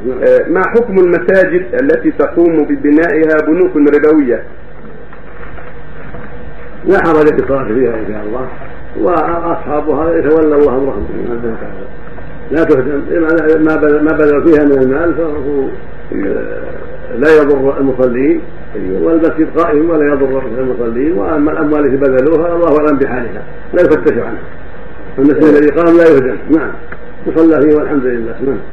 ما حكم المساجد التي تقوم ببنائها بنوك ربوية؟ لا حرج في الصلاة فيها إن شاء الله، وأصحابها يتولى الله أمرهم. لا تهدم ما بذل فيها من المال فهو لا يضر المصلين، والمسجد قائم ولا يضر المصلين. وأما الأموال التي بذلوها الله أعلم بحالها لا يفتش عنها. المسجد الذي قام لا يهدم، نعم، يصلى فيه والحمد لله. نعم.